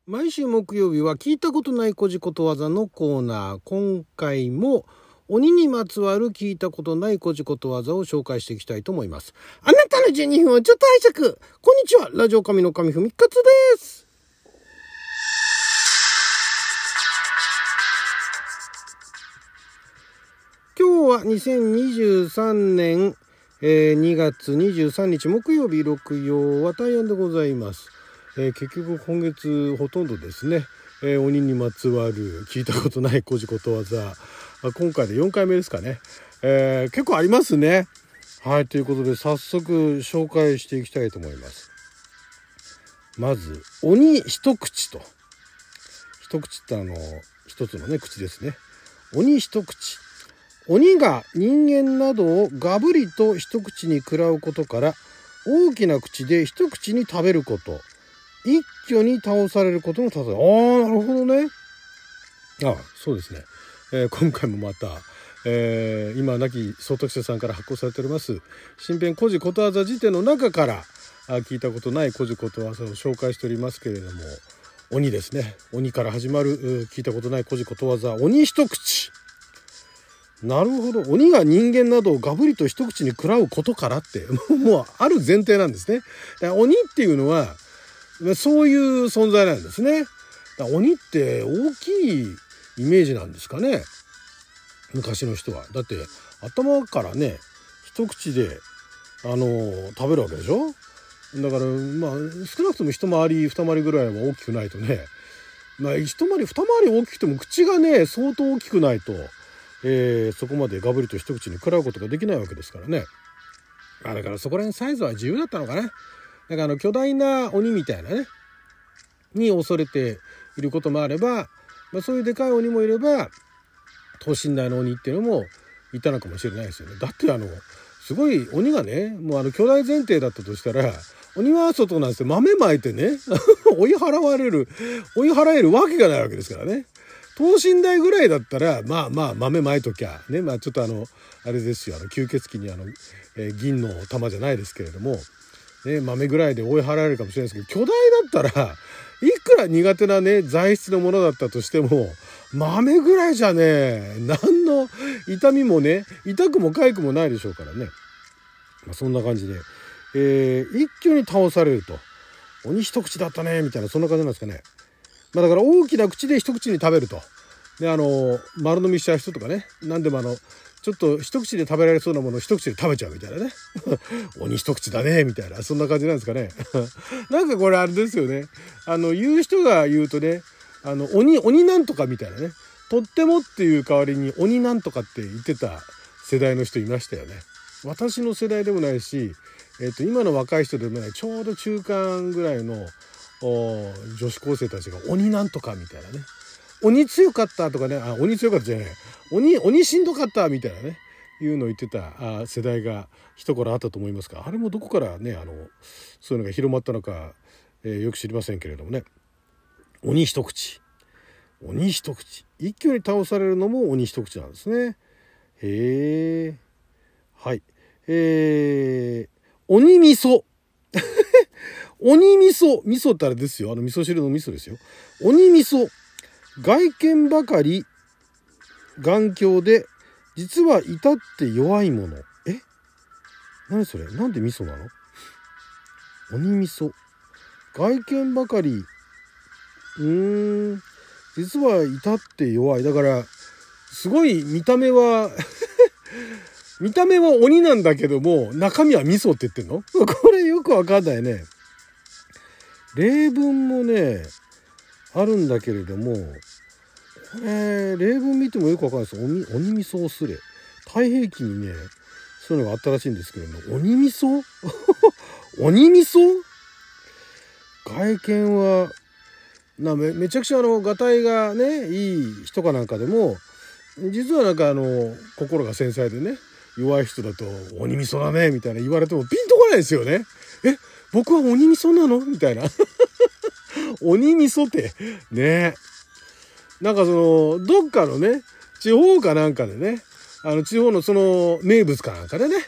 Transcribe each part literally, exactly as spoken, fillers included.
毎週木曜日は聞いたことないこじことわざのコーナー。今回も鬼にまつわる聞いたことないこじことわざを紹介していきたいと思います。あなたのじゅうにふんをちょっと拝借。こんにちは、ラジオ神の神ふみかつです。今日はにせんにじゅうさんねん、えー、にがつにじゅうさんにち木曜日、六曜は大安でございます。えー、結局今月ほとんどですね、えー、鬼にまつわる聞いたことないこじことわざ、今回でよんかいめですかね、えー、結構ありますね。はい、ということで早速紹介していきたいと思います。まず鬼一口と、一口ってあの一つのね口ですね。鬼一口。鬼が人間などをガブリと一口に食らうことから、大きな口で一口に食べること、一挙に倒されることの例え。ああ、なるほどね。ああ、そうですね。えー、今回もまた、えー、今亡き総督者さんから発行されております新編古事ことわざ辞典の中からあ聞いたことない古事ことわざを紹介しておりますけれども、鬼ですね。鬼から始まる聞いたことない古事ことわざ、鬼一口。なるほど。鬼が人間などをガブリと一口に食らうことからってもうある前提なんですね。だから鬼っていうのはそういう存在なんですね。だから鬼って大きいイメージなんですかね、昔の人は。だって頭からね一口であの食べるわけでしょ。だからまあ少なくとも一回り二回りぐらいは大きくないとね、まあ一回り二回り大きくても口がね相当大きくないと、えー、そこまでガブリと一口に食らうことができないわけですからね。あだからそこら辺サイズは自由だったのかな。だからあの巨大な鬼みたいなねに恐れていることもあれば、まあ、そういうでかい鬼もいれば等身大の鬼っていうのもいたのかもしれないですよね。だってあのすごい鬼がねもうあの巨大前提だったとしたら、鬼は外なんて豆まいてね追い払われる追い払えるわけがないわけですからね。等身大ぐらいだったらまあまあ豆まいときゃね、まあちょっとあのあれですよ、あの吸血鬼にあの、えー、銀の玉じゃないですけれどもね、豆ぐらいで追い払えるかもしれないですけど、巨大だったらいくら苦手なね材質のものだったとしても豆ぐらいじゃね何の痛みもね痛くも痒くもないでしょうからね。まあ、そんな感じで、えー、一挙に倒されると。鬼一口だったねみたいな、そんな感じなんですかね。まあ、だから大きな口で一口に食べると。であの丸飲みしちゃう人とかね、何でもあのちょっと一口で食べられそうなものを一口で食べちゃうみたいなね鬼一口だねみたいな、そんな感じなんですかねなんかこれあれですよね、あの言う人が言うとね、あの鬼鬼なんとかみたいなね、とってもっていう代わりに鬼なんとかって言ってた世代の人いましたよね。私の世代でもないし、えーと、今の若い人でもない、ちょうど中間ぐらいの女子高生たちが鬼なんとかみたいなね、鬼強かったとかね、あ鬼強かったじゃない鬼鬼しんどかったみたいなねいうのを言ってたあ世代が一頃あったと思いますが、あれもどこからねあのそういうのが広まったのか、えー、よく知りませんけれどもね。鬼一口鬼一口一挙に倒されるのも鬼一口なんですね。へえ。はい、えー、鬼味噌鬼味噌味噌ってあれですよ、あの味噌汁の味噌ですよ。鬼味噌、外見ばかり頑強で実は至って弱いもの。え何それ、なんで味噌なの。鬼味噌、外見ばかりうーん実は至って弱い。だからすごい見た目は見た目は鬼なんだけども中身は味噌って言ってんのこれよくわかんないね。例文もねあるんだけれども、これ例文見てもよくわかんないです。鬼、鬼味噌をすれ、太平記にねそういうのがあったらしいんですけれども、鬼味噌鬼味噌、外見はな め, めちゃくちゃあのがたいがねいい人かなんかでも、実はなんかあの心が繊細でね弱い人だと鬼味噌だねみたいな言われてもピンとこないですよね。え僕は鬼味噌なのみたいな鬼味噌ってね、なんかそのどっかのね地方かなんかでね、あの地方のその名物かなんかでね、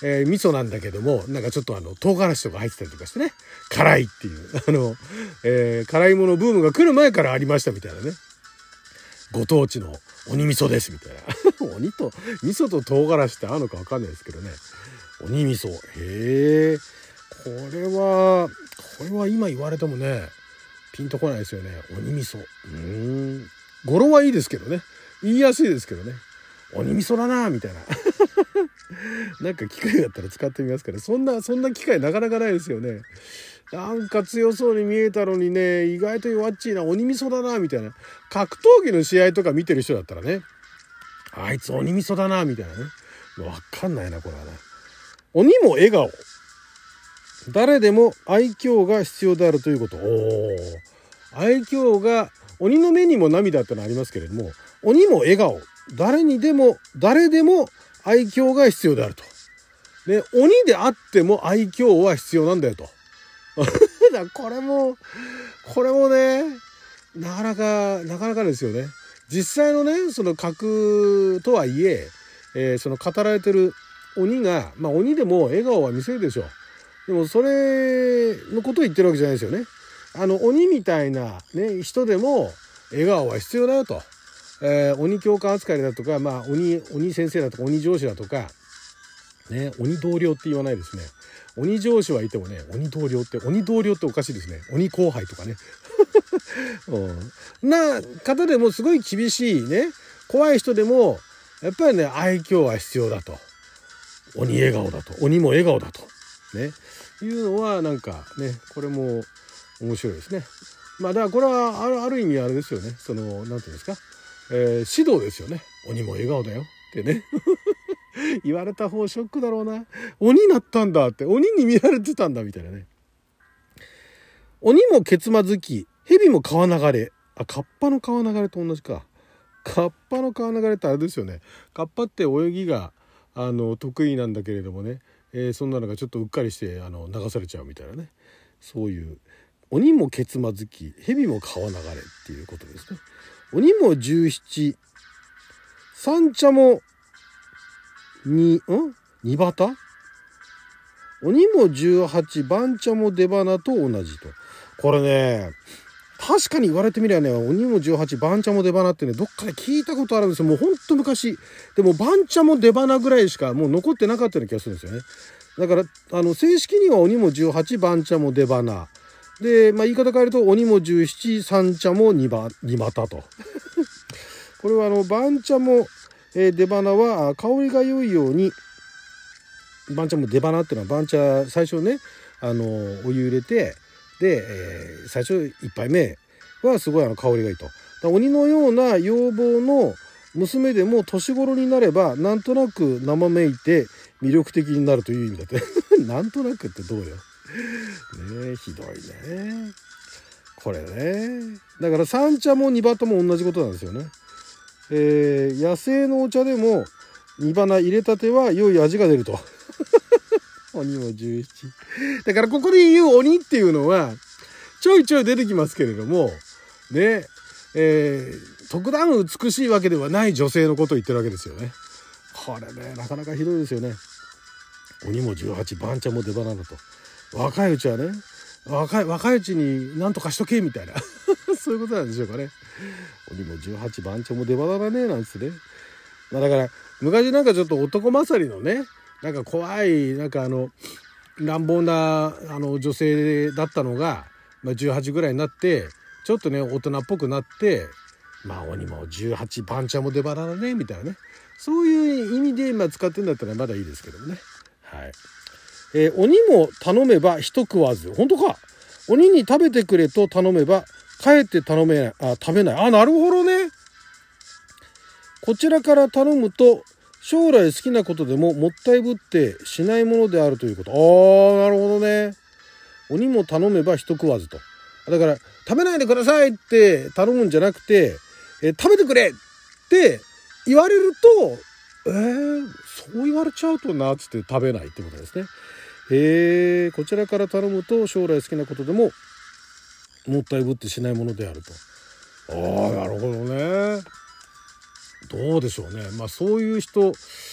えー、味噌なんだけども、なんかちょっとあの、唐辛子とか入ってたりとかしてね、辛いっていう、あの、えー、辛いものブームが来る前からありましたみたいなね。ご当地の鬼味噌ですみたいな。鬼と、味噌と唐辛子って合うのかわかんないですけどね。鬼味噌。へえ。これは、これは今言われてもね、ピンとこないですよね。鬼味噌。うーん。語呂はいいですけどね。言いやすいですけどね。鬼味噌だなみたいな。なんか機会があったら使ってみますから、そんな、そんな機会なかなかないですよね。なんか強そうに見えたのにね、意外と弱っちいな、鬼味噌だなみたいな。格闘技の試合とか見てる人だったらね、あいつ鬼味噌だなみたいなね。わかんないな、これはな。鬼も笑顔。誰でも愛嬌が必要であるということ。おー。愛嬌が、鬼の目にも涙ってのありますけれども、鬼も笑顔。誰にでも、誰でも愛嬌が必要であると。ね、鬼であっても愛嬌は必要なんだよと。だこれも、これもね、なかなか、なかなかですよね。実際のね、その格とはいえ、えー、その語られてる鬼が、まあ鬼でも笑顔は見せるでしょう。でもそれのことを言ってるわけじゃないですよね。あの鬼みたいなね、人でも笑顔は必要だよと。えー、鬼教官扱いだとか、まあ鬼、鬼先生だとか鬼上司だとか、ね、鬼同僚って言わないですね。鬼上司はいてもね、鬼同僚って、鬼同僚っておかしいですね。鬼後輩とかね。うん、な方でもすごい厳しいね、怖い人でも、やっぱりね、愛嬌は必要だと。鬼笑顔だと。鬼も笑顔だと。ね。いうのはなんかね、これも面白いですね。まあだからこれはある、ある意味あれですよね。その、なんていうんですか。えー、指導ですよね。鬼も笑顔だよってね。言われた方ショックだろうな。鬼になったんだって。鬼に見られてたんだみたいなね。鬼もケツマずき、蛇も川流れ。あ、カッパの川流れと同じか。カッパの川流れってあれですよね。カッパって泳ぎがあの得意なんだけれどもね、えー、そんなのがちょっとうっかりしてあの流されちゃうみたいなね。そういう鬼もケツマずき、蛇も川流れっていうことですね。鬼も十七、三茶もに、ん二旗、鬼も十八、番茶も出花と同じと。これね、確かに言われてみればね、鬼もじゅうはち、番茶も出花ってね、どっかで聞いたことあるんですよ。もうほんと昔。でも番茶も出花ぐらいしかもう残ってなかったような気がするんですよね。だから、あの、正式には鬼もじゅうはち、番茶も出花。で、まあ言い方変えると、鬼もじゅうなな、三茶も二番、二股と。これはあの、番茶も、えー、出花は香りが良いように、番茶も出花っていうのは番茶、最初ね、あの、お湯入れて、で、えー、最初いっぱいめはすごいあの香りがいいと。だ鬼のような要望の娘でも年頃になればなんとなく生めいて魅力的になるという意味だってなんとなくってどうよ。ねえ、ひどいね。これね。だから三茶も二旗も同じことなんですよね。えー、野生のお茶でも二花入れたては良い味が出ると。鬼もじゅうなな。だからここで言う鬼っていうのはちょいちょい出てきますけれどもね、えー、特段美しいわけではない女性のことを言ってるわけですよね。これね、なかなかひどいですよね。鬼もじゅうはち、番茶も出花だと。若いうちはね、若い若いうちに何とかしとけみたいなそういうことなんでしょうかね。鬼もじゅうはち、番茶も出花だねなんつってね。まあだから昔なんかちょっと男勝りのね、なんか怖い、なんかあの、乱暴なあの女性だったのが、まあ、じゅうはちぐらいになって、ちょっとね、大人っぽくなって、まあ、鬼もじゅうはち、番茶も出花だね、みたいなね。そういう意味で今使ってるんだったらまだいいですけどもね。はい。えー、鬼も頼めば一食わず。本当か。鬼に食べてくれと頼めば、かえって頼めない、あ、食べない。あ、なるほどね。こちらから頼むと、将来好きなことでももったいぶってしないものであるということ。ああ、なるほどね。鬼も頼めば一食わずと。だから食べないでくださいって頼むんじゃなくて、え食べてくれって言われると、えー、そう言われちゃうとなっつって食べないってことですね。へえ、こちらから頼むと将来好きなことでももったいぶってしないものであると。ああ、なるほどね。どうでしょうね。まあそういう人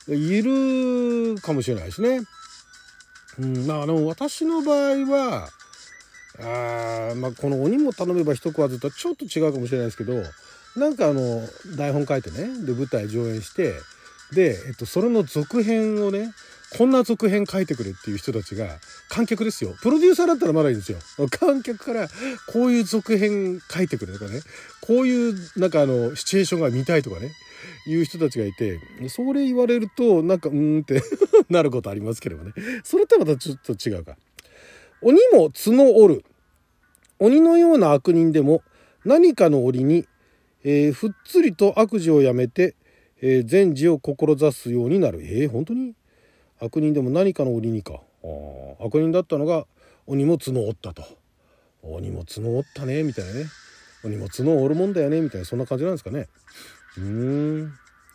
いるかもしれないですね。うん、まあ、あの私の場合はあ、まあ、この鬼も頼めば一食わずとはちょっと違うかもしれないですけど、なんかあの台本書いてね、で舞台上演して、で、えっと、それの続編をね、こんな続編書いてくれっていう人たちが観客ですよ。プロデューサーだったらまだいいんですよ。観客からこういう続編書いてくれとかね、こういうなんかあのシチュエーションが見たいとかね、いう人たちがいて、それ言われるとなんかうーんってなることありますけどもね。それとはまたちょっと違うか。鬼も角折る。鬼のような悪人でも何かの折に、えー、ふっつりと悪事をやめて、えー、善事を志すようになる。えー、本当に悪人でも何かの折にか。あ、悪人だったのが鬼も角を折ったと。鬼も角を折ったねみたいなね。鬼も角を折るもんだよねみたいな、そんな感じなんですかね。うーん。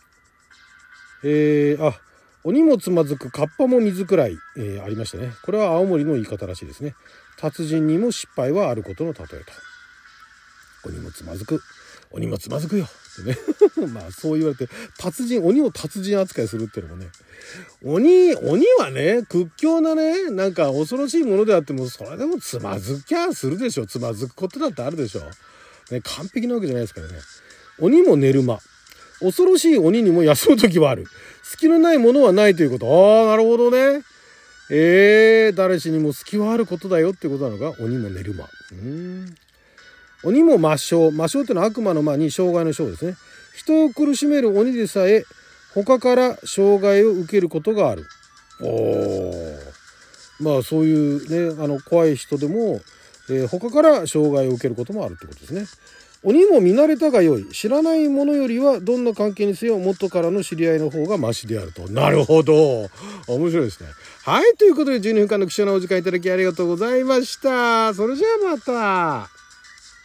えー、あ、鬼もつまずく、カッパも水くらい、えー、ありましたね。これは青森の言い方らしいですね。達人にも失敗はあることの例えと。鬼もつまずく、鬼もつまずくよってね。まあそう言われて、達人、鬼を達人扱いするっていうのもね、鬼、鬼はね、屈強なね、なんか恐ろしいものであっても、それでもつまずきゃするでしょ。つまずくことだってあるでしょ。ね、完璧なわけじゃないですからね。鬼も寝る間。恐ろしい鬼にも休む時はある。隙のないものはないということ。ああ、なるほどね。えー、誰しにも隙はあることだよっていうことなのが、鬼も寝る間。うーん。鬼も魔性。魔性ってのは悪魔の魔に障害の障ですね。人を苦しめる鬼でさえ、他から障害を受けることがある。おー。まあそういうね、あの怖い人でも、えー、他から障害を受けることもあるってことですね。鬼も見慣れたが良い。知らないものよりはどんな関係にせよ元からの知り合いの方がマシであると。なるほど。面白いですね。はい。ということでじゅうにふんかんの貴重なお時間いただきありがとうございました。それじゃあまた。